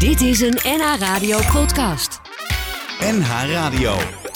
Dit is een NH Radio podcast. NH Radio.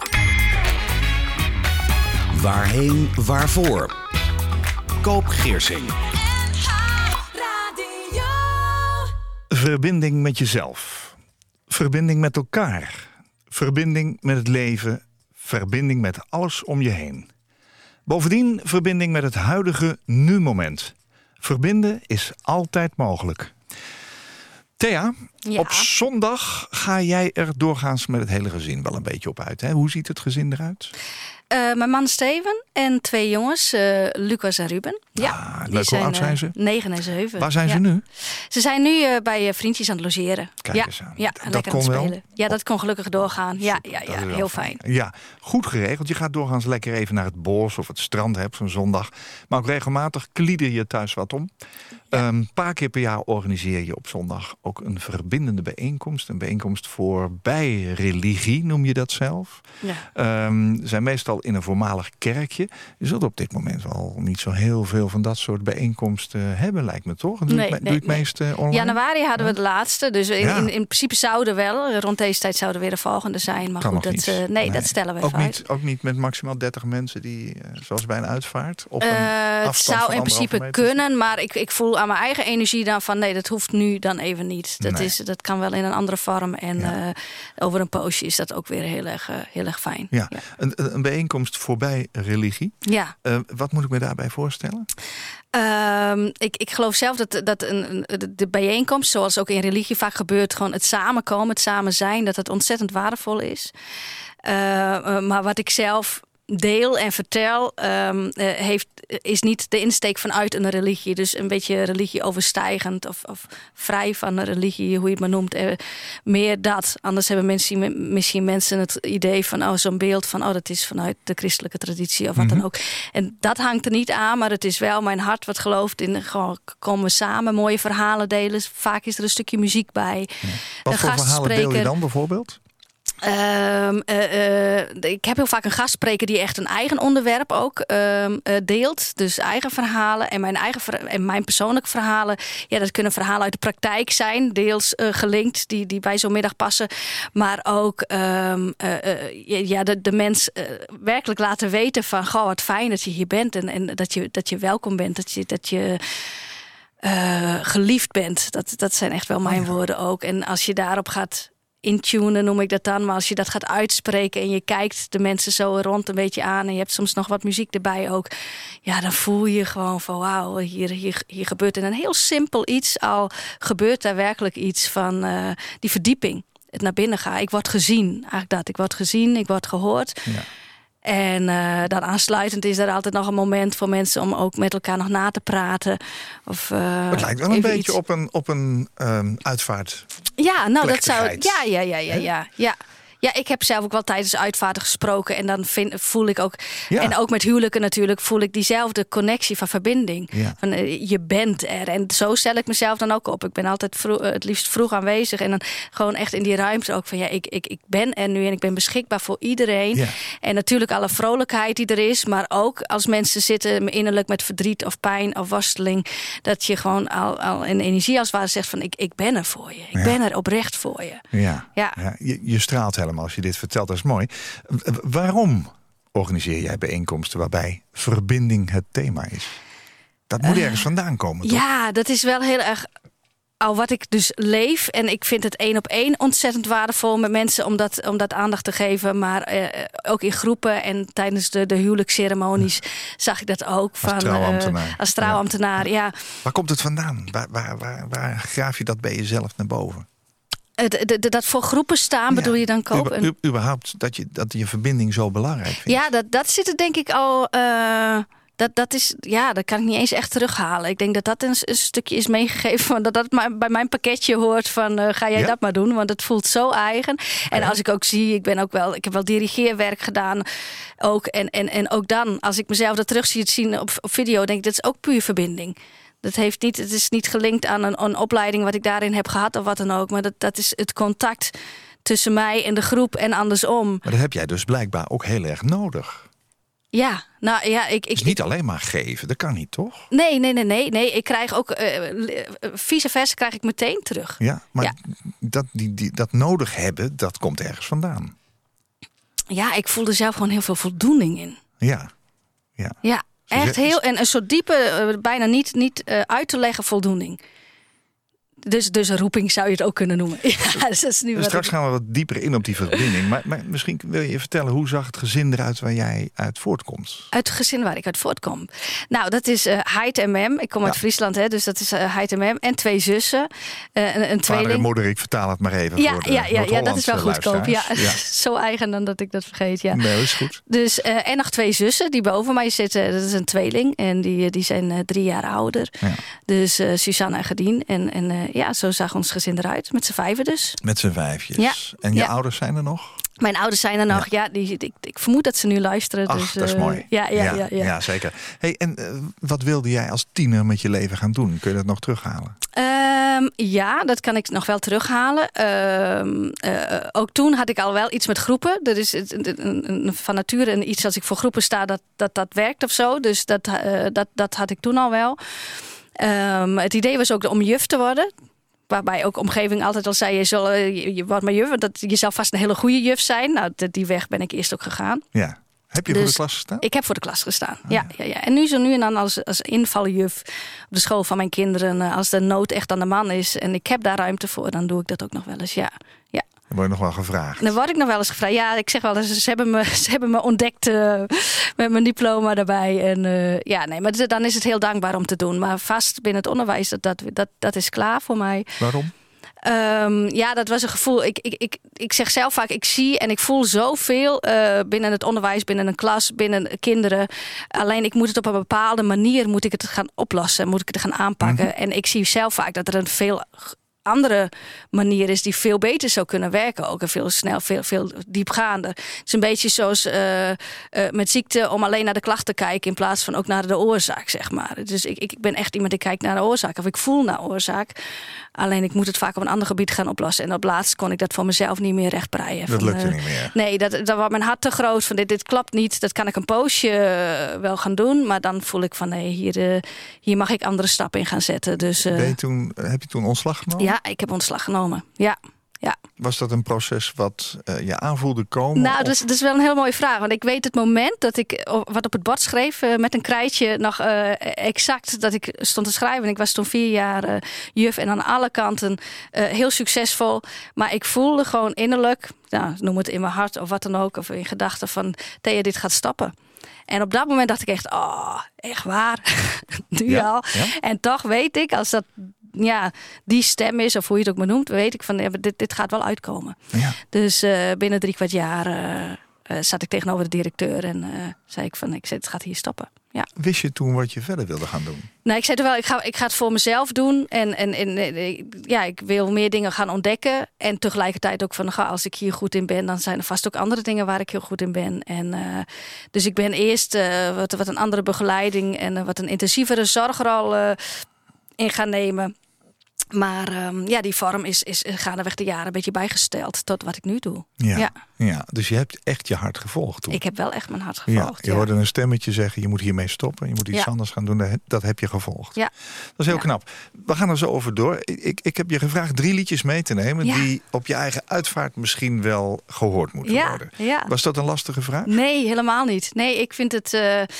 Waarheen, waarvoor? Koop Geersing. NH Radio. Verbinding met jezelf. Verbinding met elkaar. Verbinding met het leven. Verbinding met alles om je heen. Bovendien verbinding met het huidige nu-moment. Verbinden is altijd mogelijk. Thea, Ja. op zondag ga jij er doorgaans met het hele gezin wel een beetje op uit. Hè? Hoe ziet het gezin eruit? Mijn man Steven en 2 jongens, Lucas en Ruben. Leuk, hoe oud zijn ze? 9 en 7. Waar zijn ze nu? Ze zijn nu bij vriendjes aan het logeren. Kijk eens aan. Ja, Dat lekker kon aan het wel? spelen. Ja, dat kon gelukkig doorgaan. Ja, Dat is wel heel fijn. Ja, goed geregeld. Je gaat doorgaans lekker even naar het bos of het strand op zo'n zondag. Maar ook regelmatig klieder je thuis wat om. Een paar keer per jaar organiseer je op zondag ook een verbindende bijeenkomst. Een bijeenkomst voorbij religie, noem je dat zelf. Ja. Zijn meestal in een voormalig kerkje. Je zult op dit moment wel niet zo heel veel van dat soort bijeenkomsten hebben, lijkt me toch? Doe je het meest online? Januari hadden we de laatste. Dus Ja. in principe zouden wel. Rond deze tijd zouden weer de volgende zijn. Maar Kan goed, nog dat, niet. nee, dat stellen we ook even uit. ook niet met maximaal 30 mensen die, zoals bij een uitvaart, op een Het afstand zou van in principe 1,5 meter. kunnen, maar ik voel aan mijn eigen energie dan van nee, dat hoeft nu dan even niet. Dat kan wel in een andere vorm en over een poosje is dat ook weer heel erg fijn. Ja. Een bijeenkomst voorbij religie. Ja. Wat moet ik me daarbij voorstellen? Ik geloof zelf dat de bijeenkomst, zoals ook in religie vaak gebeurt, gewoon het samenkomen, het samen zijn, dat het ontzettend waardevol is. Maar wat ik zelf deel en vertel, is niet de insteek vanuit een religie. Dus een beetje religie overstijgend of vrij van een religie, hoe je het maar noemt. Meer dat. Anders hebben misschien mensen het idee van zo'n beeld van dat is vanuit de christelijke traditie of wat dan ook. En dat hangt er niet aan, maar het is wel mijn hart wat gelooft in gewoon komen we samen, mooie verhalen delen. Vaak is er een stukje muziek bij. Ja. Wat voor verhalen deel je dan bijvoorbeeld? Ik heb heel vaak een gastspreker die echt een eigen onderwerp ook deelt. Dus eigen verhalen en mijn persoonlijke verhalen. Ja, dat kunnen verhalen uit de praktijk zijn. Deels gelinkt die bij zo'n middag passen. Maar ook de mens werkelijk laten weten van wat fijn dat je hier bent. En dat je welkom bent. Dat je geliefd bent. Dat zijn echt wel mijn woorden ook. En als je daarop gaat intunen, noem ik dat dan. Maar als je dat gaat uitspreken en je kijkt de mensen zo rond een beetje aan en je hebt soms nog wat muziek erbij ook. Ja, dan voel je gewoon van wauw, hier gebeurt een heel simpel iets. Al gebeurt daar werkelijk iets van die verdieping. Het naar binnen gaan. Ik word gezien. Eigenlijk dat. Ik word gezien, ik word gehoord. Ja. En dan aansluitend is er altijd nog een moment voor mensen om ook met elkaar nog na te praten. Het lijkt wel een beetje op een uitvaart. Ja, nou dat zou. Ja. Ja, ik heb zelf ook wel tijdens uitvaarten gesproken. En dan voel ik ook. Ja. En ook met huwelijken natuurlijk voel ik diezelfde connectie van verbinding. Ja. Van, je bent er. En zo stel ik mezelf dan ook op. Ik ben altijd het liefst vroeg aanwezig. En dan gewoon echt in die ruimte ook van ik ben er nu en ik ben beschikbaar voor iedereen. Ja. En natuurlijk alle vrolijkheid die er is. Maar ook als mensen zitten innerlijk met verdriet of pijn of worsteling. Dat je gewoon al in energie als het ware zegt van ik ben er voor je. Ik ben er oprecht voor je. Ja. Je straalt helemaal als je dit vertelt, dat is mooi. Waarom organiseer jij bijeenkomsten waarbij verbinding het thema is? Dat moet ergens vandaan komen, toch? Ja, dat is wel heel erg al wat ik dus leef. En ik vind het 1-op-1 ontzettend waardevol met mensen om dat aandacht te geven. Maar ook in groepen en tijdens de huwelijksceremonies zag ik dat ook. Als trouwambtenaar. Ja. Waar komt het vandaan? Waar graaf je dat bij jezelf naar boven? Dat voor groepen staan, bedoel je dan kopen? Überhaupt dat je verbinding zo belangrijk vindt. Ja, dat zit er denk ik al. Dat kan ik niet eens echt terughalen. Ik denk dat een stukje is meegegeven. Dat bij mijn pakketje hoort van ga jij dat maar doen. Want het voelt zo eigen. En als ik ook zie, ik heb wel dirigeerwerk gedaan. Ook. En ook dan, als ik mezelf dat terug zie zien op video, denk ik dat is ook puur verbinding. Het is niet gelinkt aan een opleiding wat ik daarin heb gehad of wat dan ook. Maar dat is het contact tussen mij en de groep en andersom. Maar dat heb jij dus blijkbaar ook heel erg nodig. Ja, nou ja, Dus niet alleen maar geven, dat kan niet, toch? Nee. Ik krijg ook vice versa krijg ik meteen terug. Ja, maar Ja. dat nodig hebben, dat komt ergens vandaan. Ja, ik voelde zelf gewoon heel veel voldoening in. Ja. Ja, echt heel. En een soort diepe, bijna niet uit te leggen voldoening. Dus een roeping zou je het ook kunnen noemen. Ja, dat is nu Dus wat straks gaan we wat dieper in op die verbinding. Maar misschien wil je vertellen, hoe zag het gezin eruit waar jij uit voortkomt? Uit het gezin waar ik uit voortkom. Nou, dat is Heid en Mem. Ik kom uit Friesland, hè, dus dat is Heid en Mem. En 2 zussen. Een Vader tweeling. en moeder, ik vertaal het maar even voor de Ja, dat is wel goedkoop. Ja. luisteraars. Zo eigen dan dat ik dat vergeet. Ja. Nee, is goed. Dus, en nog 2 zussen die boven mij zitten. Dat is een tweeling. En die zijn 3 jaar ouder. Ja. Dus Suzanne en Gedien. En ja, zo zag ons gezin eruit. Met z'n 5 dus. Met z'n 5. Ja. En je Ja. ouders zijn er nog? Mijn ouders zijn er nog. Ja, ik vermoed dat ze nu luisteren. Ach, dus, dat is mooi. Ja. Zeker. Hey, en wat wilde jij als tiener met je leven gaan doen? Kun je dat nog terughalen? Ja, dat kan ik nog wel terughalen. Ook toen had ik al wel iets met groepen. Dat is van nature iets als ik voor groepen sta, dat werkt of zo. Dus dat had ik toen al wel. Het idee was ook om juf te worden. Waarbij ook omgeving altijd al zei, je wordt maar juf. Dat je zal vast een hele goede juf zijn. Nou, die weg ben ik eerst ook gegaan. Ja. Heb je voor de klas gestaan? Ik heb voor de klas gestaan, ja. En nu zo nu en dan als invaljuf op de school van mijn kinderen. Als de nood echt aan de man is en ik heb daar ruimte voor, dan doe ik dat ook nog wel eens, ja. Dan word je nog wel gevraagd. Dan word ik nog wel eens gevraagd. Ja, ik zeg wel eens, ze hebben me ontdekt met mijn diploma daarbij. En maar dan is het heel dankbaar om te doen. Maar vast binnen het onderwijs, dat is klaar voor mij. Waarom? Dat was een gevoel. Ik zeg zelf vaak, ik zie en ik voel zoveel binnen het onderwijs, binnen een klas, binnen kinderen. Alleen ik moet het op een bepaalde manier moet ik het gaan oplossen, moet ik het gaan aanpakken. Mm-hmm. En ik zie zelf vaak dat er een veel andere manier is die veel beter zou kunnen werken. Ook veel snel, veel diepgaander. Het is een beetje zoals met ziekte om alleen naar de klacht te kijken in plaats van ook naar de oorzaak, zeg maar. Dus ik ben echt iemand die kijkt naar de oorzaak of ik voel naar oorzaak. Alleen ik moet het vaak op een ander gebied gaan oplossen. En op laatst kon ik dat voor mezelf niet meer rechtbreien. Dat lukte niet meer. Nee, dat was mijn hart te groot. Van dit klopt niet. Dat kan ik een poosje wel gaan doen. Maar dan voel ik van nee, hier mag ik andere stappen in gaan zetten. Dus, heb je toen ontslag genomen? Ja, ik heb ontslag genomen. Ja. Was dat een proces wat je aanvoelde komen? Nou, dat is wel een heel mooie vraag. Want ik weet het moment dat ik wat op het bord schreef met een krijtje nog exact dat ik stond te schrijven. En ik was toen 4 jaar juf en aan alle kanten heel succesvol. Maar ik voelde gewoon innerlijk, noem het in mijn hart of wat dan ook, of in gedachten van Thea, dit gaat stoppen. En op dat moment dacht ik echt, echt waar? Nu al. Ja. En toch weet ik, als dat die stem is, of hoe je het ook maar noemt, weet ik van dit gaat wel uitkomen. Ja. Dus binnen 3/4 jaar zat ik tegenover de directeur en zei ik het gaat hier stoppen. Ja. Wist je toen wat je verder wilde gaan doen? Nou, ik zei toch wel, ik ga het voor mezelf doen. En ik wil meer dingen gaan ontdekken. En tegelijkertijd ook van, als ik hier goed in ben, dan zijn er vast ook andere dingen waar ik heel goed in ben. En dus ik ben eerst wat een andere begeleiding en wat een intensievere zorgrol in gaan nemen. Maar die vorm is gaandeweg de jaren een beetje bijgesteld tot wat ik nu doe. Ja, dus je hebt echt je hart gevolgd toen. Ik heb wel echt mijn hart gevolgd. Je hoorde een stemmetje zeggen, je moet hiermee stoppen. Je moet iets anders gaan doen. Dat heb je gevolgd. Ja. Dat is heel knap. We gaan er zo over door. Ik heb je gevraagd 3 liedjes mee te nemen die op je eigen uitvaart misschien wel gehoord moeten worden. Ja. Was dat een lastige vraag? Nee, helemaal niet. Nee, ik vind het...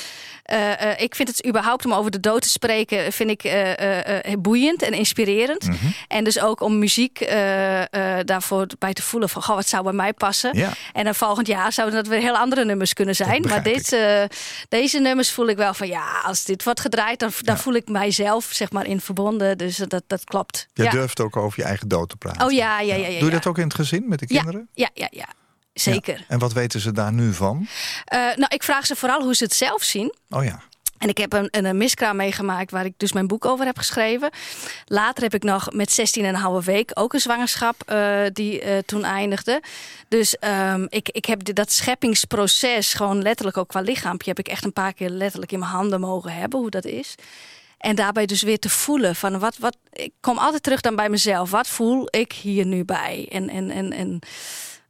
ik vind het überhaupt om over de dood te spreken, vind ik boeiend en inspirerend. Mm-hmm. En dus ook om muziek daarvoor bij te voelen van, wat zou bij mij passen. Ja. En dan volgend jaar zouden dat weer heel andere nummers kunnen zijn. Maar deze nummers voel ik wel van, als dit wordt gedraaid, dan voel ik mijzelf zeg maar in verbonden. Dus dat klopt. Je durft ook over je eigen dood te praten. Oh ja. Doe je dat ook in het gezin met de kinderen? Ja. Zeker. Ja. En wat weten ze daar nu van? Ik vraag ze vooral hoe ze het zelf zien. Oh ja. En ik heb een miskraam meegemaakt waar ik dus mijn boek over heb geschreven. Later heb ik nog met 16,5 week ook een zwangerschap die toen eindigde. Dus ik heb dat scheppingsproces gewoon letterlijk ook qua lichaampje heb ik echt een paar keer letterlijk in mijn handen mogen hebben hoe dat is. En daarbij dus weer te voelen van ik kom altijd terug dan bij mezelf. Wat voel ik hier nu bij? En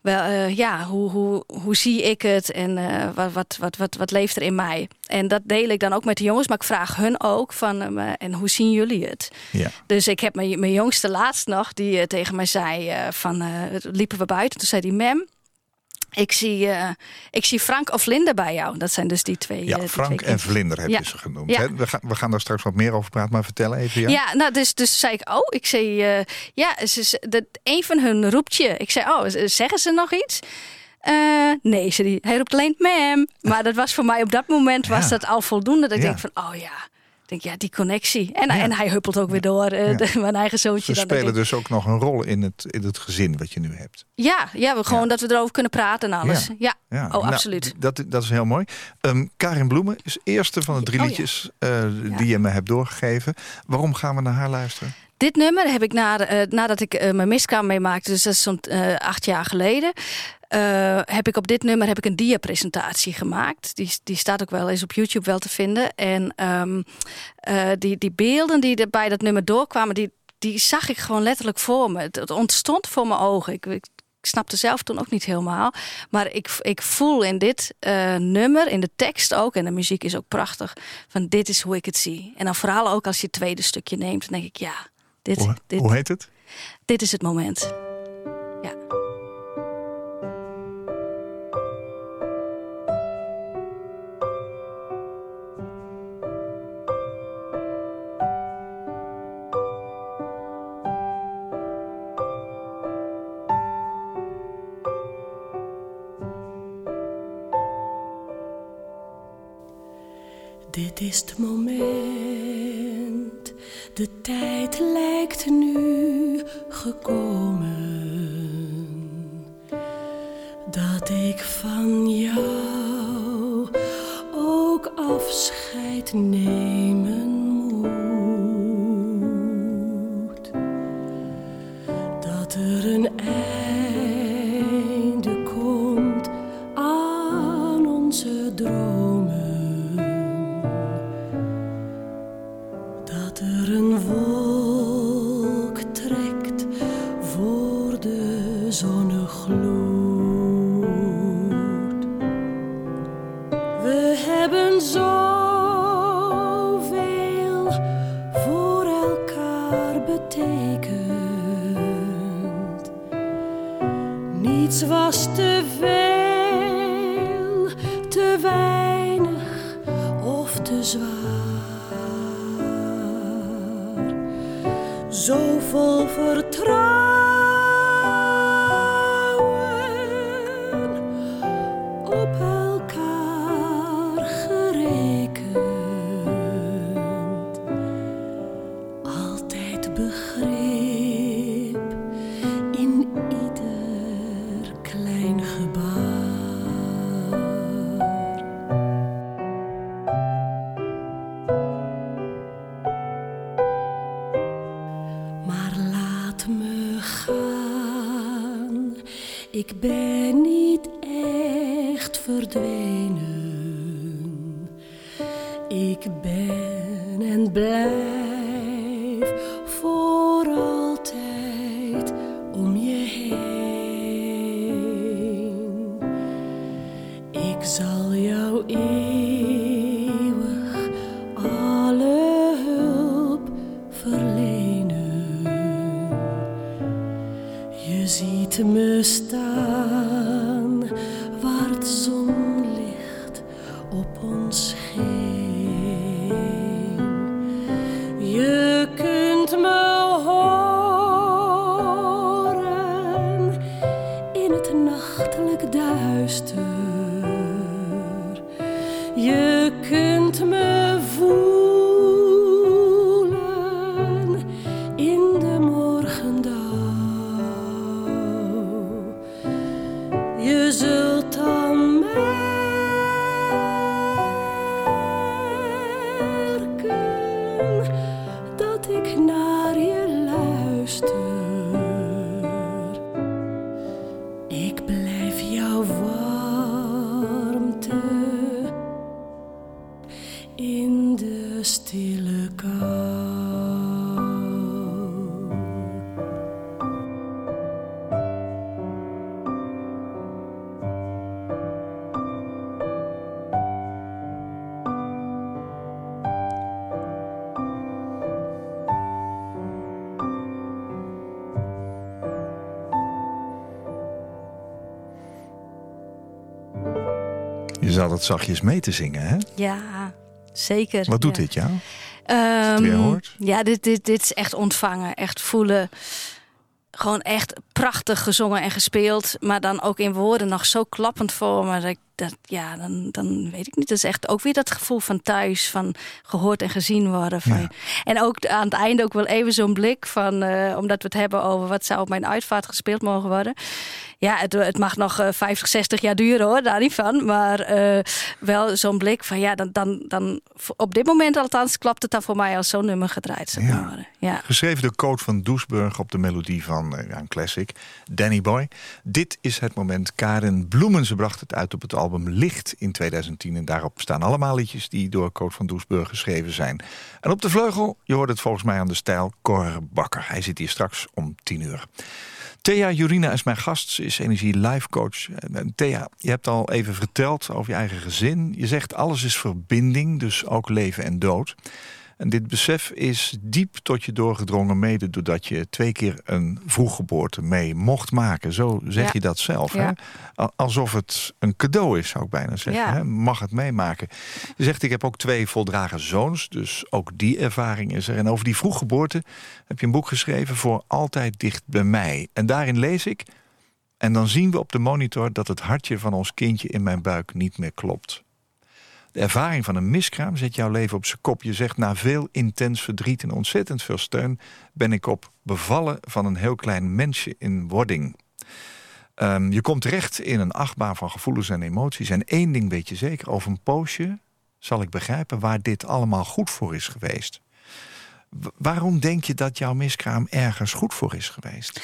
hoe zie ik het en wat leeft er in mij? En dat deel ik dan ook met de jongens, maar ik vraag hun ook van en hoe zien jullie het? Ja. Dus ik heb mijn jongste laatst nog die tegen mij zei liepen we buiten. Toen zei hij, Mem, ik zie Frank of Vlinder bij jou. Dat zijn dus die twee. Ja, Frank en Vlinder heb je ze genoemd. Ja. Hè? We gaan daar straks wat meer over praten, maar vertel even. Ja, ja nou, dus zei ik, ik zei, een van hun roept je. Ik zei, zeggen ze nog iets? Nee, zei hij roept alleen Mem. Maar dat was voor mij op dat moment was dat al voldoende. Dat ik denk van, ik denk, die connectie. En hij huppelt ook weer door. Mijn eigen zoontje. Ze spelen dus ook nog een rol in het gezin wat je nu hebt. Dat we erover kunnen praten en alles. Ja. Absoluut. Dat is heel mooi. Karin Bloemen is eerste van de 3 liedjes die je me hebt doorgegeven. Waarom gaan we naar haar luisteren? Dit nummer heb ik nadat ik mijn miskraam meemaakte, dus dat is zo'n 8 jaar geleden, heb ik op dit nummer een dia-presentatie gemaakt. Die staat ook wel eens op YouTube wel te vinden. En die beelden die bij dat nummer doorkwamen, die zag ik gewoon letterlijk voor me. Het ontstond voor mijn ogen. Ik snapte zelf toen ook niet helemaal. Maar ik voel in dit nummer, in de tekst ook, en de muziek is ook prachtig, van dit is hoe ik het zie. En dan vooral ook als je het tweede stukje neemt, dan denk ik, hoe heet het? Dit is het moment. Ja. Dit is het moment, de tijd lijkt nu gekomen, dat ik van jou ook afscheid nemen moet. Dat er een einde komt aan onze dromen. Dat er een wolk trekt voor de zonnegloed. We hebben zoveel voor elkaar betekend. Niets was te veel, te weinig of te zwaar. Zo vol vertrouwen op elkaar gerekend. Altijd begrip in ieder klein gebaar. Ik ben niet echt verdwenen. Ik ben en blijf voor altijd om je heen. Ik zal jou eeuwig alle hulp verlenen. Je ziet me staan waar het zonlicht op ons scheen. Je kunt me horen in het nachtelijk duister. Je kunt me voelen in de morgendauw. Je zult dan merken dat ik naar je luister. Ik blijf jouw warmte Je zat het zachtjes mee te zingen, hè? Ja, zeker. Wat doet ja. dit jou? Als je het weer hoort? Ja, dit is echt ontvangen. Echt voelen. Gewoon echt prachtig gezongen en gespeeld. Maar dan ook in woorden nog zo klappend voor me. Dan weet ik niet. Dat is echt ook weer dat gevoel van thuis. Van gehoord en gezien worden. Ja. En ook aan het einde ook wel even zo'n blik van... omdat we het hebben over wat zou op mijn uitvaart gespeeld mogen worden. Ja, het mag nog 50, 60 jaar duren hoor. Daar niet van. Maar wel zo'n blik van ja, dan op dit moment althans klapt het dan voor mij als zo'n nummer gedraaid zou kunnen worden. Ja. Geschreven door Coot van Doesburg op de melodie van een classic, Danny Boy. Dit is het moment. Karen Bloemen, ze bracht het uit op het album Licht in 2010. En daarop staan allemaal liedjes die door Coot van Doesburg geschreven zijn. En op de vleugel, je hoort het volgens mij aan de stijl, Cor Bakker. Hij zit hier straks om 10:00. Thea Jurina is mijn gast. Ze is energie life coach. Thea, je hebt al even verteld over je eigen gezin. Je zegt alles is verbinding, dus ook leven en dood. En dit besef is diep tot je doorgedrongen, mede doordat je 2 keer een vroeggeboorte mee mocht maken. Zo zeg je dat zelf. Ja. Hè? Alsof het een cadeau is, zou ik bijna zeggen. Ja. Hè? Mag het meemaken. Je zegt, ik heb ook 2 voldragen zoons, dus ook die ervaring is er. En over die vroeggeboorte heb je een boek geschreven, Voor altijd dicht bij mij. En daarin lees ik, en dan zien we op de monitor dat het hartje van ons kindje in mijn buik niet meer klopt. De ervaring van een miskraam zet jouw leven op zijn kop. Je zegt, na veel intens verdriet en ontzettend veel steun ben ik op bevallen van een heel klein mensje in wording. Je komt terecht in een achtbaan van gevoelens en emoties. En 1 ding weet je zeker, over een poosje zal ik begrijpen waar dit allemaal goed voor is geweest. Waarom denk je dat jouw miskraam ergens goed voor is geweest?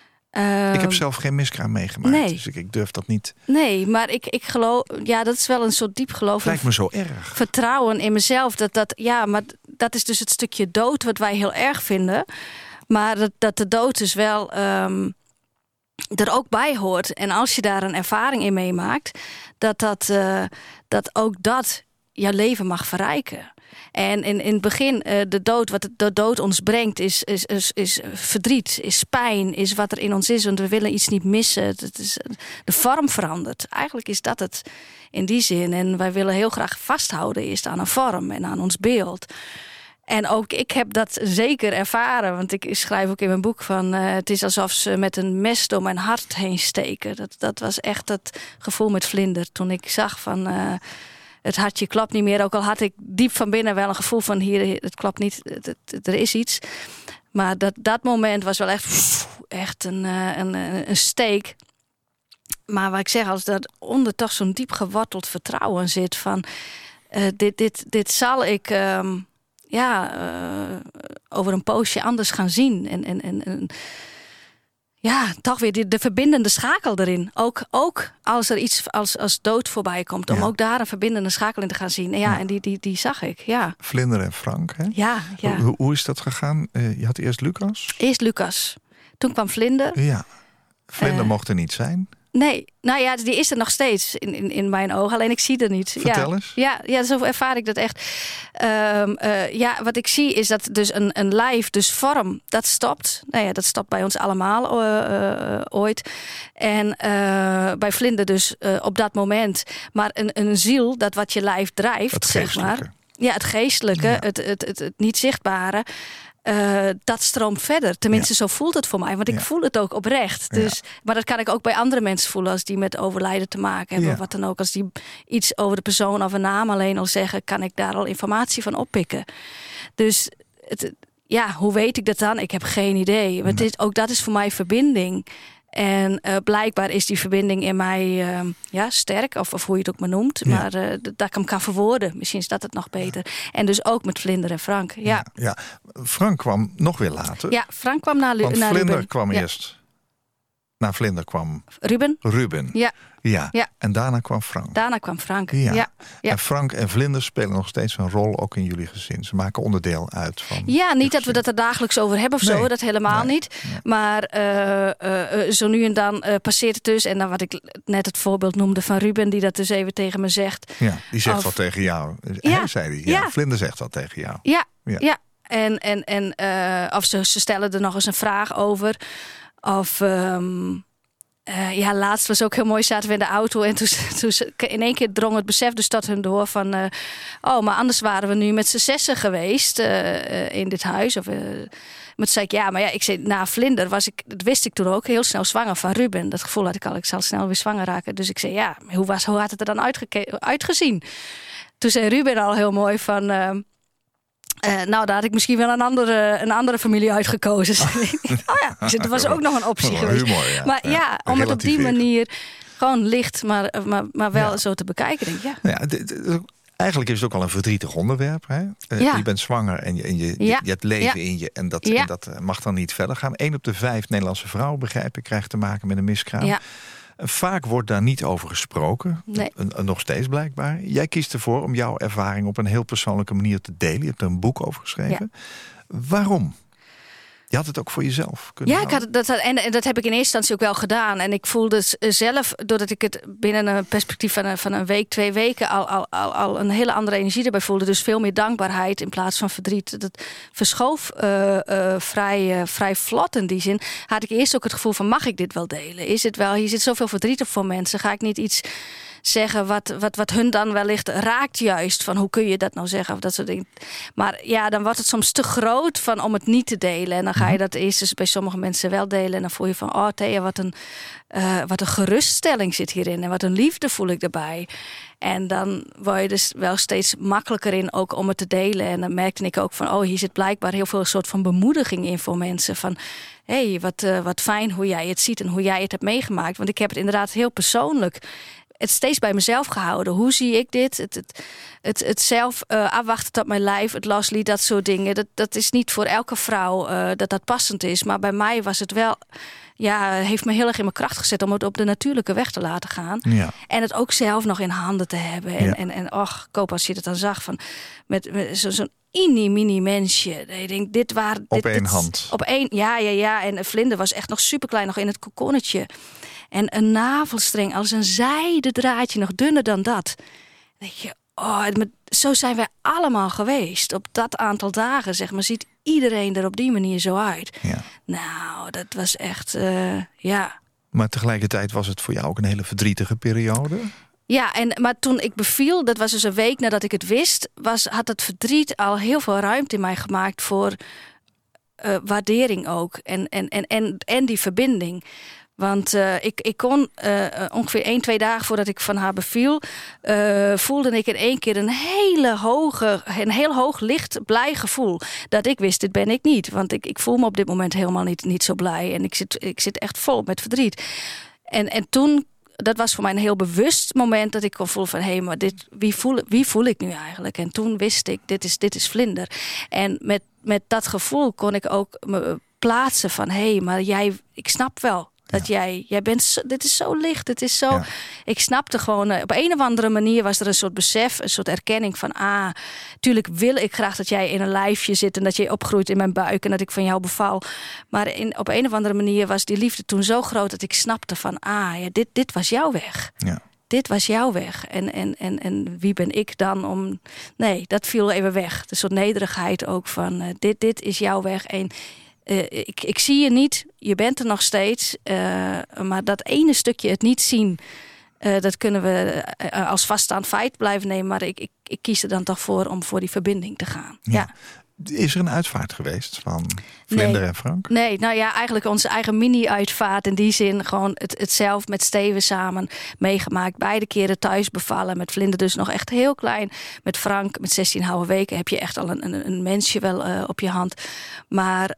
Ik heb zelf geen miskraam meegemaakt, nee. dus ik durf dat niet. Nee, maar ik geloof... Ja, dat is wel een soort diep geloof. Het lijkt me zo erg. Vertrouwen in mezelf. Maar dat is dus het stukje dood wat wij heel erg vinden. Maar dat de dood dus wel er ook bij hoort. En als je daar een ervaring in meemaakt... dat ook dat jouw leven mag verrijken. En in het begin, de dood, wat de dood ons brengt, is verdriet, is pijn, is wat er in ons is. Want we willen iets niet missen. Het is, de vorm verandert. Eigenlijk is dat het in die zin. En wij willen heel graag vasthouden eerst aan een vorm en aan ons beeld. En ook ik heb dat zeker ervaren. Want ik schrijf ook in mijn boek van... het is alsof ze met een mes door mijn hart heen steken. Dat was echt het gevoel met vlinder. Toen ik zag van... het hartje klapt niet meer. Ook al had ik diep van binnen wel een gevoel van... hier, het klapt niet, er is iets. Maar dat moment was wel echt een steek. Maar wat ik zeg, als dat onder toch zo'n diep geworteld vertrouwen zit... van dit zal ik over een poosje anders gaan zien. En toch weer de verbindende schakel erin. Ook als er iets als dood voorbij komt. Om ook daar een verbindende schakel in te gaan zien. En die zag ik, ja. Vlinder en Frank, hè? Ja. Hoe is dat gegaan? Je had eerst Lucas? Eerst Lucas. Toen kwam Vlinder. Ja. Vlinder mocht er niet zijn. Nee, nou ja, die is er nog steeds in mijn ogen. Alleen ik zie er niet. Vertel eens. Ja, zo ervaar ik dat echt. Wat ik zie is dat dus een lijf, dus vorm, dat stopt. Nou ja, dat stopt bij ons allemaal ooit. En bij Vlinder dus op dat moment. Maar een ziel, dat wat je lijf drijft, het zeg maar. geestelijke. Ja, het geestelijke, het niet zichtbare. Dat stroomt verder. Tenminste, zo voelt het voor mij. Want ik voel het ook oprecht. Dus, maar dat kan ik ook bij andere mensen voelen... als die met overlijden te maken hebben. Wat dan ook. Als die iets over de persoon of een naam alleen al zeggen... kan ik daar al informatie van oppikken. Dus hoe weet ik dat dan? Ik heb geen idee. Maar ook dat is voor mij verbinding... En blijkbaar is die verbinding in mij sterk, of hoe je het ook maar noemt. Ja. Maar dat ik hem kan verwoorden. Misschien is dat het nog beter. En dus ook met Vlinder en Frank. Ja. Frank kwam nog weer later. Ja, Frank kwam naar Vlinder Ruben. Kwam eerst. Na Vlinder kwam Ruben. Ja. En daarna kwam Frank. Ja. En Frank en Vlinder spelen nog steeds een rol ook in jullie gezin. Ze maken onderdeel uit van... Ja, niet dat we dat er dagelijks over hebben of zo. Dat helemaal niet. Nee. Maar zo nu en dan passeert het dus. En dan wat ik net het voorbeeld noemde van Ruben... die dat dus even tegen me zegt. Ja, die zegt wat tegen jou. Hij zei die. Ja, Vlinder zegt wat tegen jou. Ja. En of ze stellen er nog eens een vraag over... Of laatst was ook heel mooi. Zaten we in de auto en toen in één keer drong het besef dus tot hun door van... maar anders waren we nu met z'n zessen geweest in dit huis. Maar toen zei ik, na vlinder dat wist ik toen ook, heel snel zwanger van Ruben. Dat gevoel had ik al, ik zal snel weer zwanger raken. Dus ik zei, hoe had het er dan uitgezien? Toen zei Ruben al heel mooi van... daar had ik misschien wel een andere familie uitgekozen. Dat was ook nog een optie geweest. Humor, ja. Maar om het op die manier gewoon licht, maar wel zo te bekijken. Denk ik, eigenlijk is het ook al een verdrietig onderwerp. Hè? Je bent zwanger en je hebt leven in je. En dat mag dan niet verder gaan. 1 op de 5 Nederlandse vrouwen, begrijp ik, krijgt te maken met een miskraam. Ja. Vaak wordt daar niet over gesproken. Nee. Nog steeds blijkbaar. Jij kiest ervoor om jouw ervaring op een heel persoonlijke manier te delen. Je hebt er een boek over geschreven. Ja. Waarom? Je had het ook voor jezelf kunnen houden. Dat heb ik in eerste instantie ook wel gedaan. En ik voelde zelf, doordat ik het binnen een perspectief van een week, 2 weken... al een hele andere energie erbij voelde. Dus veel meer dankbaarheid in plaats van verdriet. Dat verschoof vrij vlot in die zin. Had ik eerst ook het gevoel van, mag ik dit wel delen? Is het wel, hier zit zoveel verdriet op voor mensen. Ga ik niet iets zeggen wat hun dan wellicht raakt juist. Van hoe kun je dat nou zeggen? Of dat soort dingen. Maar dan wordt het soms te groot om het niet te delen. En dan ga je dat eerst dus bij sommige mensen wel delen. En dan voel je van, Thea, wat een geruststelling zit hierin. En wat een liefde voel ik erbij. En dan word je dus wel steeds makkelijker in ook om het te delen. En dan merkte ik ook van, hier zit blijkbaar heel veel soort van bemoediging in voor mensen. Van, wat fijn hoe jij het ziet en hoe jij het hebt meegemaakt. Want ik heb het inderdaad heel persoonlijk... het steeds bij mezelf gehouden. Hoe zie ik dit? Het zelf afwachten tot mijn lijf, het losliet, dat soort dingen. Dat is niet voor elke vrouw dat passend is. Maar bij mij was het wel... heeft me heel erg in mijn kracht gezet om het op de natuurlijke weg te laten gaan. Ja. En het ook zelf nog in handen te hebben. En koop als je het dan zag van met zo'n mini mensje. Ik denk, dit waren... Op één hand. Op één, ja. En Vlinder was echt nog superklein, nog in het kokonnetje. En een navelstreng als een zijden draadje, nog dunner dan dat. Dan denk je, zo zijn wij allemaal geweest. Op dat aantal dagen, zeg maar, ziet iedereen er op die manier zo uit. Ja. Nou, dat was echt, Maar tegelijkertijd was het voor jou ook een hele verdrietige periode? Ja, maar toen ik beviel, dat was dus een week nadat ik het wist... had het verdriet al heel veel ruimte in mij gemaakt voor waardering ook. En die verbinding. Want ik kon ongeveer 1-2 dagen voordat ik van haar beviel... voelde ik in één keer een heel hoog licht blij gevoel. Dat ik wist, dit ben ik niet. Want ik voel me op dit moment helemaal niet zo blij. En ik zit echt vol met verdriet. En toen, dat was voor mij een heel bewust moment... dat ik kon voelen van, maar wie voel ik nu eigenlijk? En toen wist ik, dit is Vlinder. En met dat gevoel kon ik ook me plaatsen van... maar ik snap wel... Dat jij bent, dit is zo licht, het is zo... Ja. Ik snapte gewoon, op een of andere manier was er een soort besef, een soort erkenning van... tuurlijk wil ik graag dat jij in een lijfje zit... en dat je opgroeit in mijn buik en dat ik van jou beval. Maar op een of andere manier was die liefde toen zo groot... dat ik snapte van, dit was jouw weg. Ja. Dit was jouw weg. En wie ben ik dan om... Nee, dat viel even weg. De soort nederigheid ook van, dit is jouw weg en... Ik zie je niet, je bent er nog steeds. Maar dat ene stukje, het niet zien... dat kunnen we als vaststaand feit blijven nemen. Maar ik kies er dan toch voor om voor die verbinding te gaan. Ja. Is er een uitvaart geweest van Vlinder en Frank? Nee, eigenlijk onze eigen mini-uitvaart. In die zin gewoon het zelf met Steven samen meegemaakt. Beide keren thuis bevallen. Met Vlinder dus nog echt heel klein. Met Frank met 16,5 weken heb je echt al een mensje wel op je hand. Maar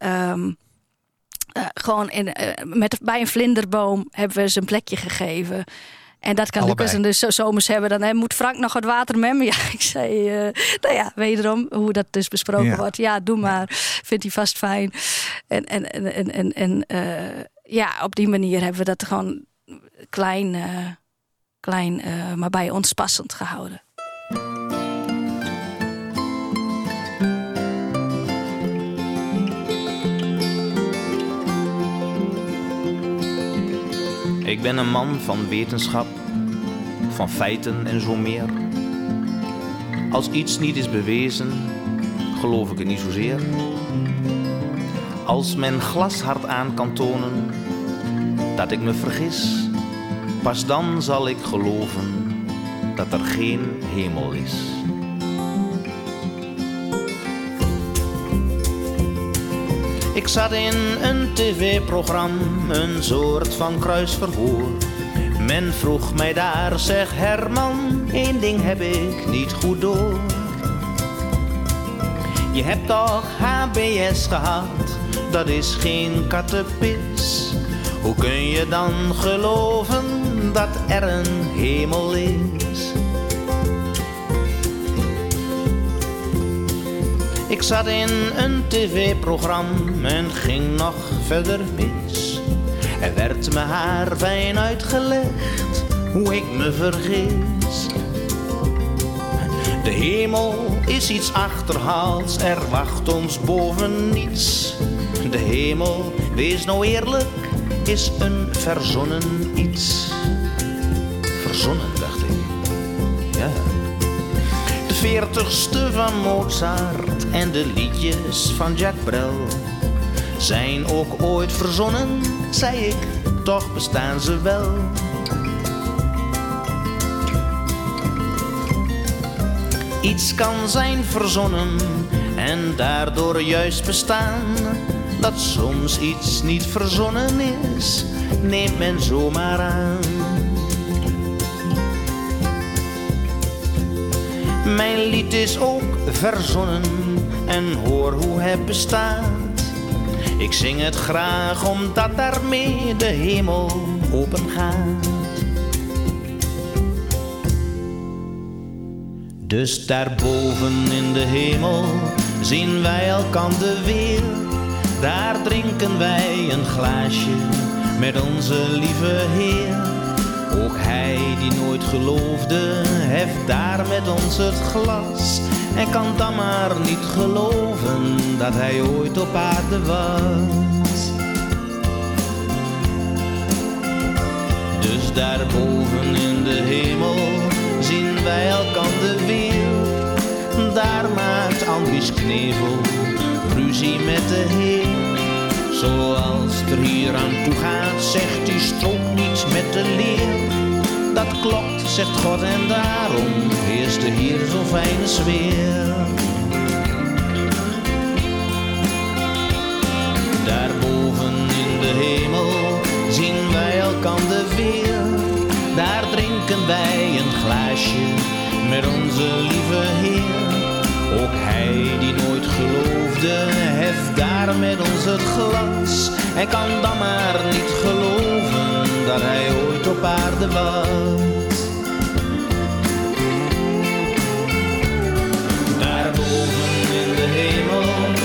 gewoon bij een vlinderboom hebben we ze een plekje gegeven... En dat kan Lucas en dus zomers hebben. Dan moet Frank nog wat water met me. Ja, ik zei, wederom hoe dat dus besproken wordt. Ja, doe maar. Vindt hij vast fijn. En op die manier hebben we dat gewoon klein, maar bij ons passend gehouden. Ik ben een man van wetenschap, van feiten en zo meer. Als iets niet is bewezen, geloof ik het niet zozeer. Als men glashard aan kan tonen dat ik me vergis. Pas dan zal ik geloven dat er geen hemel is. Ik zat in een tv-programma, een soort van kruisverhoor. Men vroeg mij daar, zeg Herman, één ding heb ik niet goed door. Je hebt toch HBS gehad, dat is geen kattenpis. Hoe kun je dan geloven dat er een hemel is? Ik zat in een tv-programma en ging nog verder mis. Er werd me haar fijn uitgelegd hoe ik me vergis. De hemel is iets achterhaals, er wacht ons boven niets. De hemel, wees nou eerlijk, is een verzonnen iets. Verzonnen, dacht ik. Ja. De 40ste van Mozart en de liedjes van Jacques Brel zijn ook ooit verzonnen, zei ik, toch bestaan ze wel. Iets kan zijn verzonnen en daardoor juist bestaan. Dat soms iets niet verzonnen is, neemt men zomaar aan. Mijn lied is ook verzonnen en hoor hoe het bestaat. Ik zing het graag omdat daarmee de hemel open gaat. Dus daarboven in de hemel zien wij elkander weer. Daar drinken wij een glaasje met onze lieve Heer. Ook hij die nooit geloofde, heft daar met ons het glas. En kan dan maar niet geloven dat hij ooit op aarde was. Dus daarboven in de hemel zien wij elkander weer. Daar maakt Andries Knevel ruzie met de Heer. Zoals het er hier aan toe gaat, zegt hij strookt niets met de leer. Dat klopt, zegt God, en daarom heerst er hier zo'n fijne sfeer. Daarboven in de hemel zien wij elkander weer. Daar drinken wij een glaasje met onze lieve Heer. Ook hij die nooit geloofde, heft daar met ons het glas. Hij kan dan maar niet geloven dat hij ooit op aarde was. Daarboven in de hemel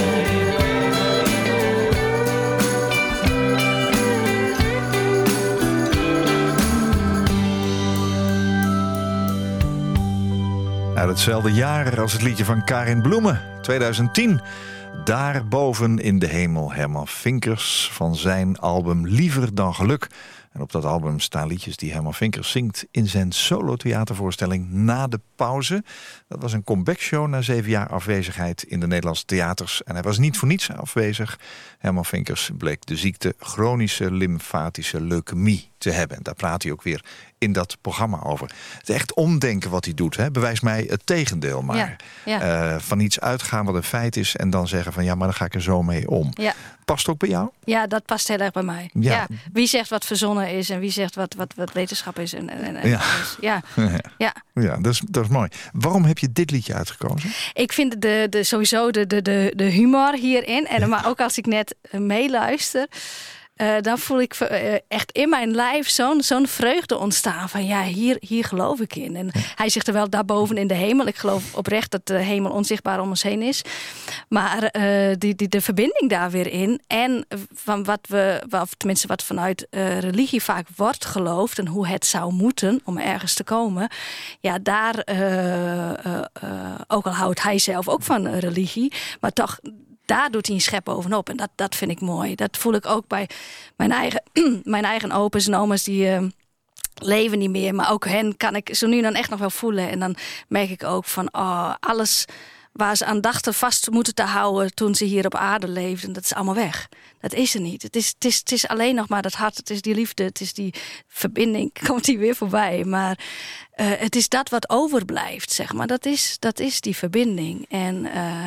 uit hetzelfde jaar als het liedje van Karin Bloemen, 2010. Daarboven in de hemel, Herman Vinkers van zijn album Liever dan Geluk. En op dat album staan liedjes die Herman Vinkers zingt in zijn solo-theatervoorstelling Na de Pauze. Dat was een comebackshow na 7 jaar afwezigheid in de Nederlandse theaters. En hij was niet voor niets afwezig. Herman Vinkers bleek de ziekte chronische lymfatische leukemie te hebben. En daar praat hij ook weer in dat programma over. Het is echt omdenken wat hij doet. Hè? Bewijs mij het tegendeel maar. Ja. Van iets uitgaan wat een feit is en dan zeggen van ja, maar dan ga ik er zo mee om. Ja. Past ook bij jou? Ja, dat past heel erg bij mij. Ja. Ja. Wie zegt wat verzonnen is en wie zegt wat wetenschap is. Ja, dat is mooi. Waarom heb je dit liedje uitgekozen? Ik vind sowieso de humor hierin. En maar ook als ik net meeluister, dan voel ik echt in mijn lijf zo'n vreugde ontstaan. Van ja, hier geloof ik in. En hij zegt er wel daarboven in de hemel. Ik geloof oprecht dat de hemel onzichtbaar om ons heen is. Maar de verbinding daar weer in. En van wat vanuit religie vaak wordt geloofd. En hoe het zou moeten om ergens te komen. Ja, daar, ook al houdt hij zelf ook van religie. Maar toch, daar doet hij een schep bovenop. En dat vind ik mooi. Dat voel ik ook bij mijn eigen opa's en oma's die leven niet meer. Maar ook hen kan ik zo nu dan echt nog wel voelen. En dan merk ik ook van alles waar ze aan dachten vast moeten te houden toen ze hier op aarde leefden, dat is allemaal weg. Dat is er niet. Het is alleen nog maar dat hart, het is die liefde, het is die verbinding, komt die weer voorbij. Maar het is dat wat overblijft, zeg maar. Dat is die verbinding. En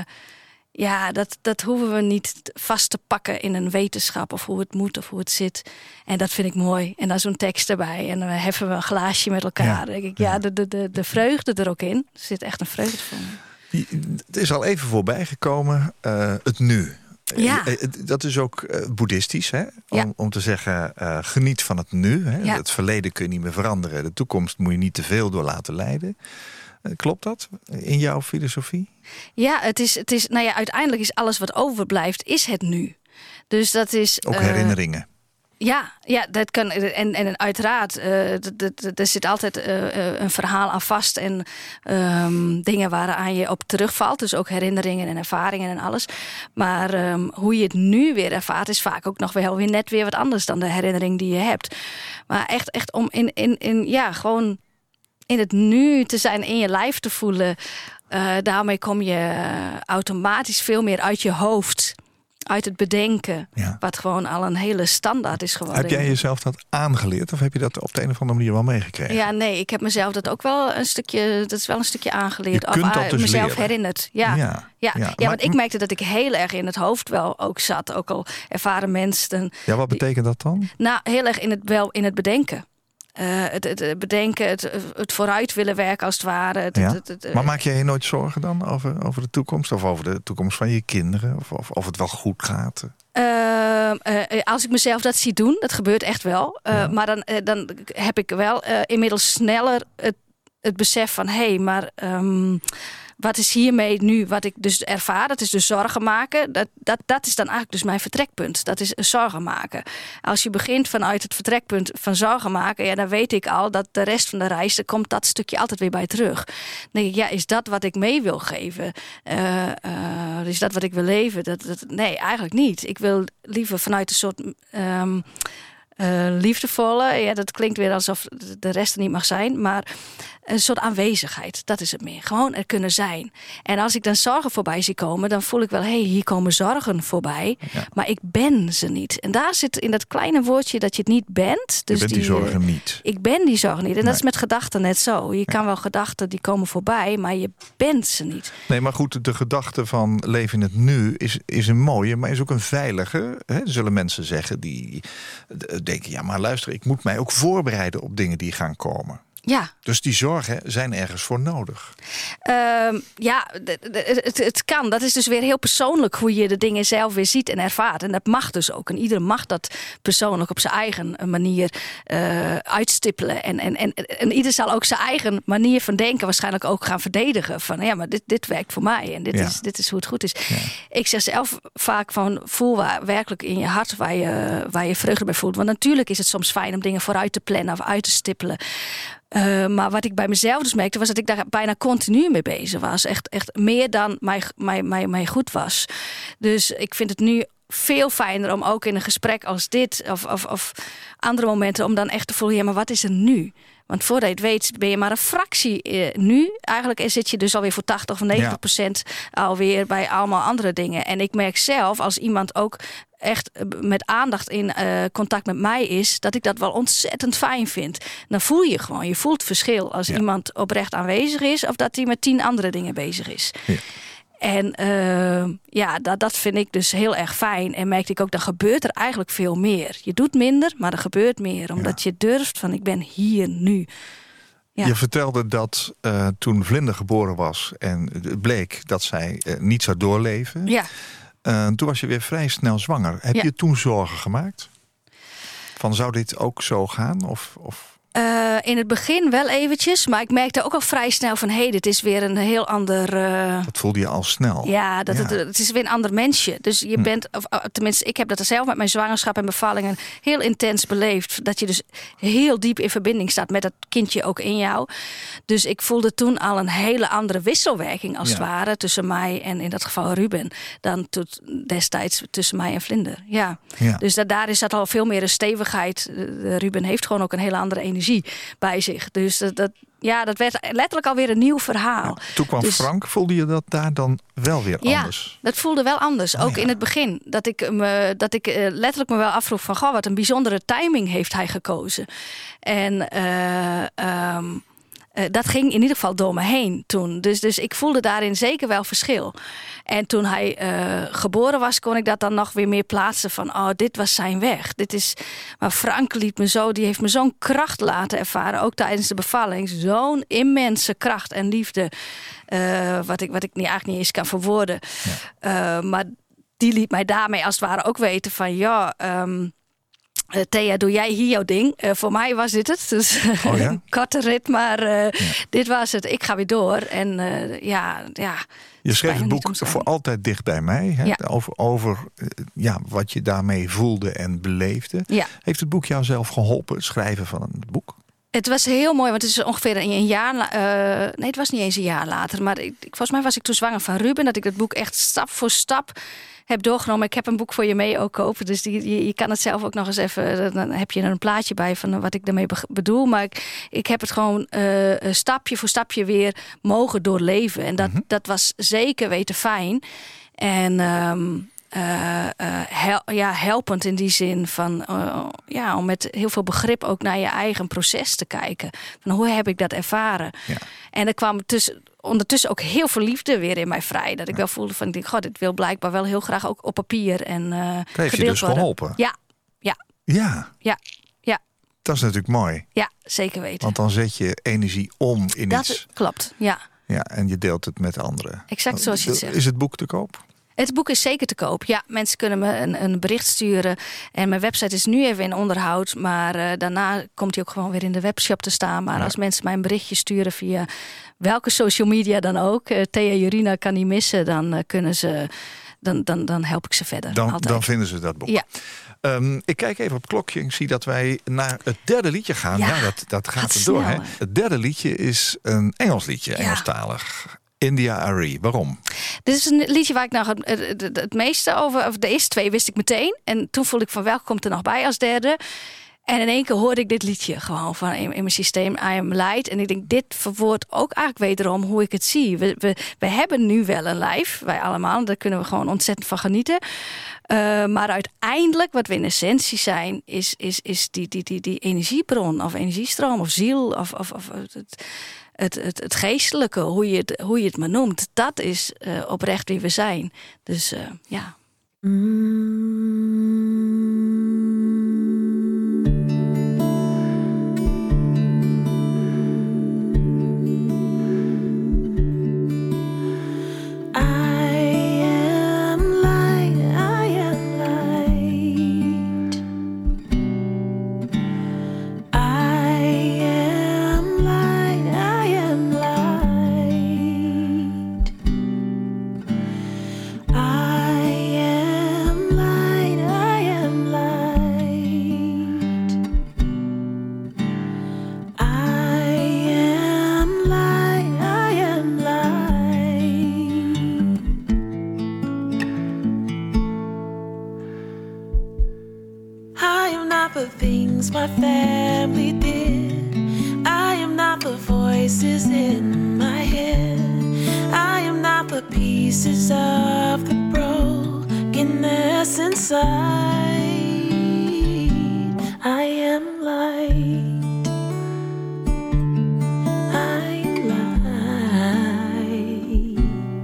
dat hoeven we niet vast te pakken in een wetenschap of hoe het moet of hoe het zit. En dat vind ik mooi. En dan zo'n tekst erbij. En dan heffen we een glaasje met elkaar. Ja. Dan denk ik, de vreugde er ook in. Er zit echt een vreugde voor me. Het is al even voorbij gekomen, het nu. Ja. Dat is ook boeddhistisch, hè? Om te zeggen, geniet van het nu. Hè? Ja. Het verleden kun je niet meer veranderen. De toekomst moet je niet te veel door laten leiden. Klopt dat in jouw filosofie? Ja, het is uiteindelijk is alles wat overblijft, is het nu. Dus dat is... Ook herinneringen. Ja, dat kan. En uiteraard, er zit altijd een verhaal aan vast. En dingen waaraan je op terugvalt. Dus ook herinneringen en ervaringen en alles. Maar hoe je het nu weer ervaart, is vaak ook nog wel weer net weer wat anders dan de herinnering die je hebt. Maar echt om gewoon in het nu te zijn, in je lijf te voelen. Daarmee kom je automatisch veel meer uit je hoofd. Uit het bedenken, wat gewoon al een hele standaard is geworden. Heb jij jezelf dat aangeleerd of heb je dat op de een of andere manier wel meegekregen? Ja, nee, ik heb mezelf dat ook wel een stukje aangeleerd. Je kunt dat dus mezelf leren. herinnerd. Ja, want ik merkte dat ik heel erg in het hoofd wel ook zat. Ook al ervaren mensen. Ja, wat betekent dat dan? Nou, heel erg in het bedenken. Het bedenken, het vooruit willen werken als het ware. Maar maak je nooit zorgen dan over de toekomst? Of over de toekomst van je kinderen? Of het wel goed gaat? Als ik mezelf dat zie doen, dat gebeurt echt wel. Maar dan heb ik wel inmiddels sneller het besef van... wat is hiermee nu wat ik dus ervaar? Dat is dus zorgen maken. Dat is dan eigenlijk dus mijn vertrekpunt. Dat is zorgen maken. Als je begint vanuit het vertrekpunt van zorgen maken... dan weet ik al dat de rest van de reis... er komt dat stukje altijd weer bij terug. Dan denk ik, is dat wat ik mee wil geven? Is dat wat ik wil leven? Nee, eigenlijk niet. Ik wil liever vanuit een soort... liefdevolle, dat klinkt weer alsof de rest er niet mag zijn, maar een soort aanwezigheid, dat is het meer. Gewoon er kunnen zijn. En als ik dan zorgen voorbij zie komen, dan voel ik wel, hier komen zorgen voorbij, maar ik ben ze niet. En daar zit in dat kleine woordje dat je het niet bent. Dus je bent die zorgen niet. Ik ben die zorgen niet. En dat is met gedachten net zo. Je kan wel gedachten, die komen voorbij, maar je bent ze niet. Nee, maar goed, de gedachte van leven in het nu is een mooie, maar is ook een veilige. Hè? Zullen mensen zeggen die denken, maar luister, ik moet mij ook voorbereiden op dingen die gaan komen. Ja. Dus die zorgen zijn ergens voor nodig. Het kan. Dat is dus weer heel persoonlijk hoe je de dingen zelf weer ziet en ervaart. En dat mag dus ook. En ieder mag dat persoonlijk op zijn eigen manier uitstippelen. En ieder zal ook zijn eigen manier van denken waarschijnlijk ook gaan verdedigen. Van maar dit werkt voor mij en dit is hoe het goed is. Ja. Ik zeg zelf vaak van voel werkelijk in je hart waar je vreugde bij voelt. Want natuurlijk is het soms fijn om dingen vooruit te plannen of uit te stippelen. Maar wat ik bij mezelf dus merkte, was dat ik daar bijna continu mee bezig was. Echt meer dan mij goed was. Dus ik vind het nu veel fijner om ook in een gesprek als dit of andere momenten om dan echt te voelen, maar wat is er nu? Want voordat je het weet ben je maar een fractie nu. Eigenlijk zit je dus alweer voor 80 of 90% alweer bij allemaal andere dingen. En ik merk zelf, als iemand ook echt met aandacht in contact met mij is, dat ik dat wel ontzettend fijn vind. Dan voel je gewoon, je voelt verschil als iemand oprecht aanwezig is of dat hij met 10 andere dingen bezig is. Ja. En dat vind ik dus heel erg fijn. En merkte ik ook, dan gebeurt er eigenlijk veel meer. Je doet minder, maar er gebeurt meer. Omdat je durft van, ik ben hier nu. Ja. Je vertelde dat toen Vlinder geboren was en het bleek dat zij niet zou doorleven. Ja. Toen was je weer vrij snel zwanger. Heb je toen zorgen gemaakt? Van, zou dit ook zo gaan? Of... In het begin wel eventjes, maar ik merkte ook al vrij snel van, dit is weer een heel ander... Dat voelde je al snel. Ja, het is weer een ander mensje. Dus je bent, of tenminste, ik heb dat zelf met mijn zwangerschap en bevallingen heel intens beleefd. Dat je dus heel diep in verbinding staat met dat kindje ook in jou. Dus ik voelde toen al een hele andere wisselwerking als het ware tussen mij en in dat geval Ruben dan destijds tussen mij en Vlinder. Ja. Dus daar is dat al veel meer een stevigheid. Ruben heeft gewoon ook een hele andere energie. energie bij zich. Dus dat werd letterlijk alweer een nieuw verhaal. Ja, toen kwam Frank, voelde je dat daar dan wel weer anders? Ja, dat voelde wel anders. Ook in het begin. Dat ik letterlijk me wel afvroeg van... Goh, wat een bijzondere timing heeft hij gekozen. En dat ging in ieder geval door me heen toen. Dus ik voelde daarin zeker wel verschil. En toen hij geboren was, kon ik dat dan nog weer meer plaatsen van... dit was zijn weg. Maar Frank die heeft me zo'n kracht laten ervaren. Ook tijdens de bevalling. Zo'n immense kracht en liefde. Wat ik eigenlijk niet eens kan verwoorden. Ja. Maar die liet mij daarmee als het ware ook weten van... Thea, doe jij hier jouw ding? Voor mij was dit het. Dus een korte rit, maar dit was het. Ik ga weer door. En je schreef het boek Voor altijd dicht bij mij. Hè? Ja. Over wat je daarmee voelde en beleefde. Ja. Heeft het boek jou zelf geholpen, het schrijven van een boek? Het was heel mooi, want het is ongeveer een jaar... nee, het was niet eens een jaar later. Maar volgens mij was ik toen zwanger van Ruben. Dat ik het boek echt stap voor stap heb doorgenomen. Ik heb een boek voor je mee ook kopen. Dus je kan het zelf ook nog eens even... Dan heb je er een plaatje bij van wat ik daarmee bedoel. Maar ik heb het gewoon stapje voor stapje weer mogen doorleven. En dat was zeker weten fijn. En... helpend in die zin van om met heel veel begrip ook naar je eigen proces te kijken. Van hoe heb ik dat ervaren? Ja. En er kwam ondertussen ook heel veel liefde weer in mij vrij. Dat ik wel voelde van, dit wil blijkbaar wel heel graag ook op papier en dat heeft je dus worden. Geholpen? Ja. Dat is natuurlijk mooi. Ja, zeker weten. Want dan zet je energie om in iets. Dat klopt, ja. Ja, en je deelt het met anderen. Exact zoals je het zegt. Is het boek te koop? Het boek is zeker te koop. Ja, mensen kunnen me een bericht sturen. En mijn website is nu even in onderhoud. Maar daarna komt hij ook gewoon weer in de webshop te staan. Maar als mensen mij een berichtje sturen via welke social media dan ook. Thea Jurina kan niet missen. Dan kunnen ze... Dan help ik ze verder. Dan vinden ze dat boek. Ja. Ik kijk even op het klokje. Ik zie dat wij naar het derde liedje gaan. Ja, dat gaat er door. Hè? Het derde liedje is een Engels liedje. Engelstalig. India Arie. Waarom? Dit is een liedje waar ik nou het meeste over... Of de eerste twee wist ik meteen. En toen voelde ik van welke komt er nog bij als derde. En in één keer hoorde ik dit liedje gewoon van in mijn systeem. I Am Light. En ik denk, dit verwoordt ook eigenlijk wederom hoe ik het zie. We hebben nu wel een lijf. Wij allemaal. Daar kunnen we gewoon ontzettend van genieten. Maar uiteindelijk, wat we in essentie zijn... is die energiebron of energiestroom of ziel... of het geestelijke, hoe je het maar noemt. Dat is oprecht wie we zijn. Dus ja... My family did. I am not the voices in my head. I am not the pieces of the brokenness inside. I am light. I am light.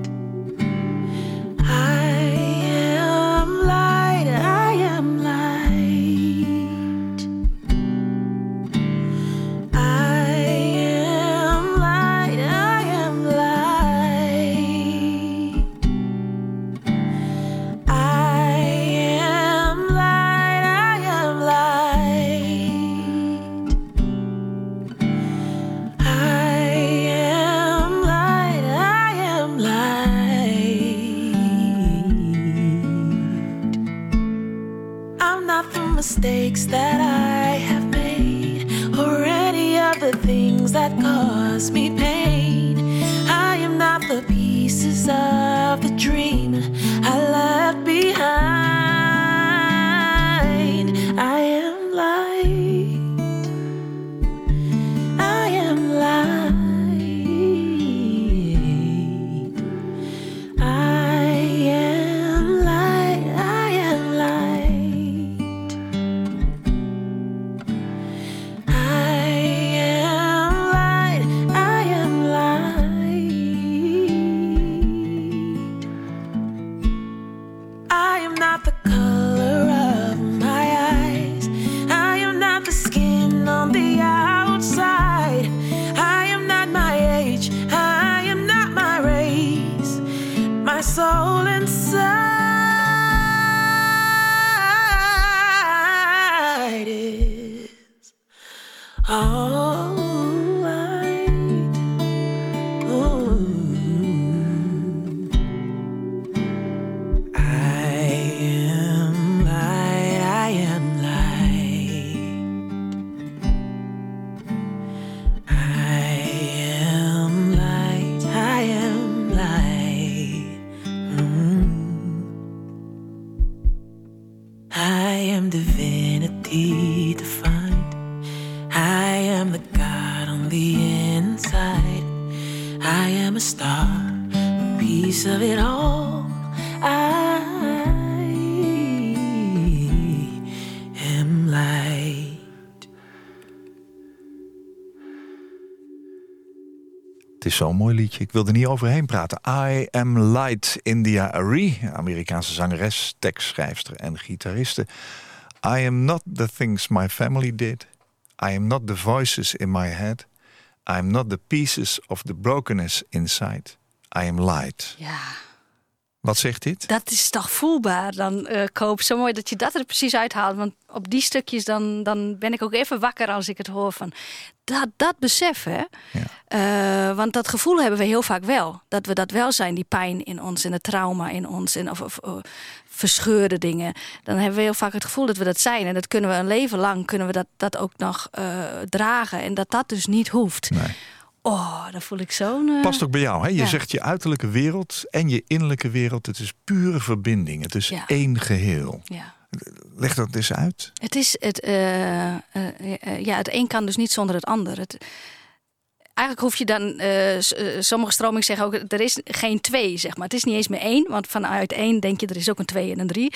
I am light. I am light. Mistakes that I have made, or any of the things that cause me pain. I am not the pieces of the dream I left behind. I am light. all right. Ooh. I am light, I am light. I am light, I am light. I am divinity defined. I am the God on the inside. I am a star, a piece of it all. I am light. Het is zo'n mooi liedje. Ik wil er niet overheen praten. I Am Light, India Arie, Amerikaanse zangeres, tekstschrijfster en gitariste. I am not the things my family did. I am not the voices in my head. I am not the pieces of the brokenness inside. I am light. Ja. Wat zegt dit? Dat is toch voelbaar dan, Koop. Zo mooi dat je dat er precies uithaalt. Want op die stukjes dan ben ik ook even wakker als ik het hoor van... Dat besef, hè. Ja. Want dat gevoel hebben we heel vaak wel. Dat we dat wel zijn, die pijn in ons en het trauma in ons. En of verscheurde dingen. Dan hebben we heel vaak het gevoel dat we dat zijn. En dat kunnen we een leven lang kunnen we dat ook nog dragen. En dat dus niet hoeft. Nee. Oh, dat voel ik zo'n... Past ook bij jou, hè? Je ja. zegt je uiterlijke wereld en je innerlijke wereld. Het is pure verbinding. Het is één geheel. Ja. Leg dat eens uit. Het is het een kan dus niet zonder het ander. Eigenlijk hoef je dan... sommige stromingen zeggen ook... er is geen twee, zeg maar. Het is niet eens meer één. Want vanuit één denk je... er is ook een 2 en een 3.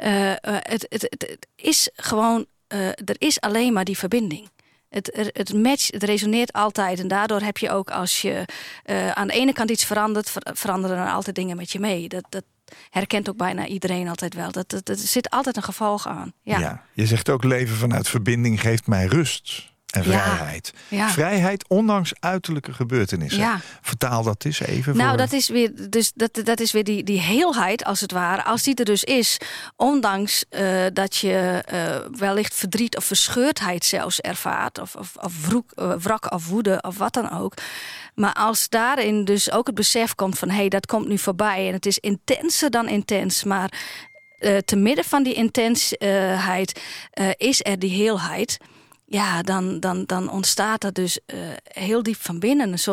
Het is gewoon... er is alleen maar die verbinding. Het matcht, het resoneert altijd. En daardoor heb je ook als je aan de ene kant iets verandert... veranderen er altijd dingen met je mee. Dat herkent ook bijna iedereen altijd wel. Er zit altijd een gevolg aan. Ja. Je zegt ook leven vanuit verbinding geeft mij rust en vrijheid. Ja. Vrijheid ondanks uiterlijke gebeurtenissen. Ja. Vertaal dat eens even. Nou, dat is weer, dus dat is weer die heelheid als het ware. Als die er dus is, ondanks dat je wellicht verdriet of verscheurdheid zelfs ervaart. Of wrak of woede of wat dan ook. Maar als daarin dus ook het besef komt van... hé, dat komt nu voorbij en het is intenser dan intens. Maar te midden van die intensheid is er die heelheid... Ja, dan ontstaat er dus heel diep van binnen een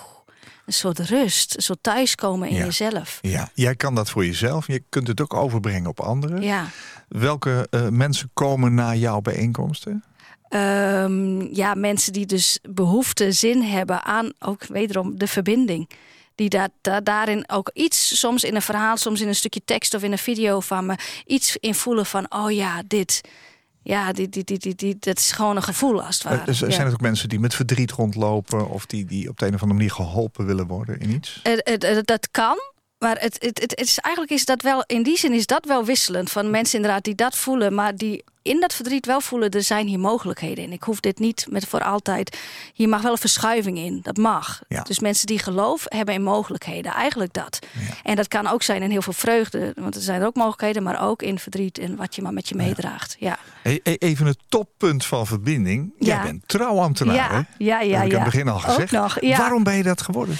soort rust, een soort thuiskomen in jezelf. Ja, jij kan dat voor jezelf. Je kunt het ook overbrengen op anderen. Ja. Welke mensen komen naar jouw bijeenkomsten? Mensen die dus behoefte, zin hebben aan ook wederom de verbinding. Die daarin ook iets, soms in een verhaal, soms in een stukje tekst of in een video van me, iets in voelen van, oh ja, dit... Ja, dat is gewoon een gevoel als het ware. Zijn het ook mensen die met verdriet rondlopen... of die op de een of andere manier geholpen willen worden in iets? Dat kan, maar eigenlijk is dat wel... in die zin is dat wel wisselend. Van mensen inderdaad die dat voelen... maar die in dat verdriet wel voelen... er zijn hier mogelijkheden in. Ik hoef dit niet met voor altijd... hier mag wel een verschuiving in, dat mag. Ja. Dus mensen die geloof hebben in mogelijkheden. Eigenlijk dat. Ja. En dat kan ook zijn in heel veel vreugde. Want er zijn ook mogelijkheden... maar ook in verdriet en wat je maar met je meedraagt. Ja. Even het toppunt van verbinding. Jij bent trouwambtenaar, hè? Ja. Dat heb ik aan het begin al gezegd. Nog, Waarom ben je dat geworden?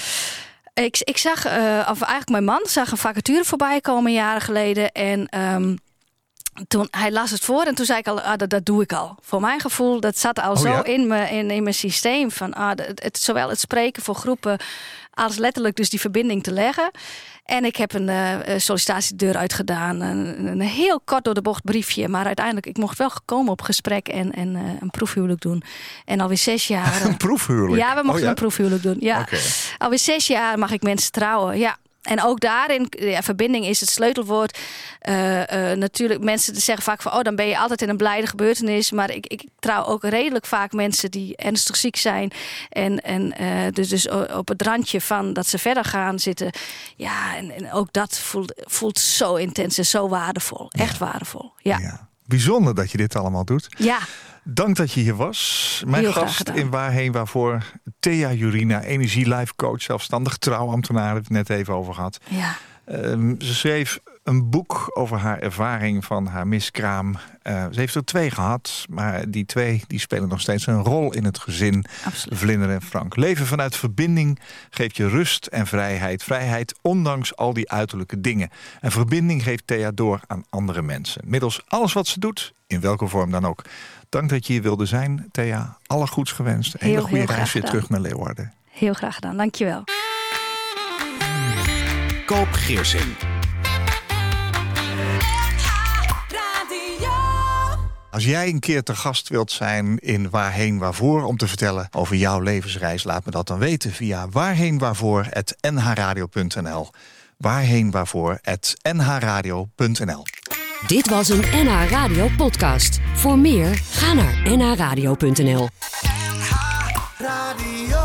Ik zag, of eigenlijk mijn man zag een vacature voorbij komen jaren geleden. En toen hij las het voor en toen zei ik al, dat doe ik al. Voor mijn gevoel, dat zat al zo in mijn systeem. Van, zowel het spreken voor groepen als letterlijk dus die verbinding te leggen. En ik heb een sollicitatiedeur uitgedaan. Een heel kort door de bocht briefje. Maar uiteindelijk, ik mocht wel komen op gesprek en een proefhuwelijk doen. En alweer 6 jaar... Een proefhuwelijk? Ja, we mochten een proefhuwelijk doen. Ja. Okay. Alweer 6 jaar mag ik mensen trouwen, ja. En ook daarin, verbinding is het sleutelwoord. Natuurlijk, mensen zeggen vaak van... dan ben je altijd in een blijde gebeurtenis. Maar ik trouw ook redelijk vaak mensen die ernstig ziek zijn. En dus op het randje van dat ze verder gaan zitten. Ja, en ook dat voelt zo intens en zo waardevol. Echt waardevol, ja. Bijzonder dat je dit allemaal doet. Ja. Dank dat je hier was. Mijn heel gast in Waarheen Waarvoor. Thea Jurina, energielife coach, zelfstandig trouwambtenaar. Hebben we het net even over gehad. Ja. Ze schreef een boek over haar ervaring van haar miskraam. Ze heeft er 2 gehad, maar die 2 die spelen nog steeds een rol in het gezin. Absoluut. Vlinder en Frank. Leven vanuit verbinding geeft je rust en vrijheid. Vrijheid ondanks al die uiterlijke dingen. En verbinding geeft Thea door aan andere mensen. Middels alles wat ze doet, in welke vorm dan ook. Dank dat je hier wilde zijn, Thea. Alle goeds gewenst. Een hele goede reis weer terug naar Leeuwarden. Heel graag gedaan, dankjewel. Koop Geersing. Als jij een keer te gast wilt zijn in Waarheen Waarvoor om te vertellen over jouw levensreis, laat me dat dan weten via waarheenwaarvoor@nhradio.nl. Waarheenwaarvoor@nhradio.nl. Dit was een NH Radio podcast. Voor meer, ga naar nhradio.nl. NH Radio.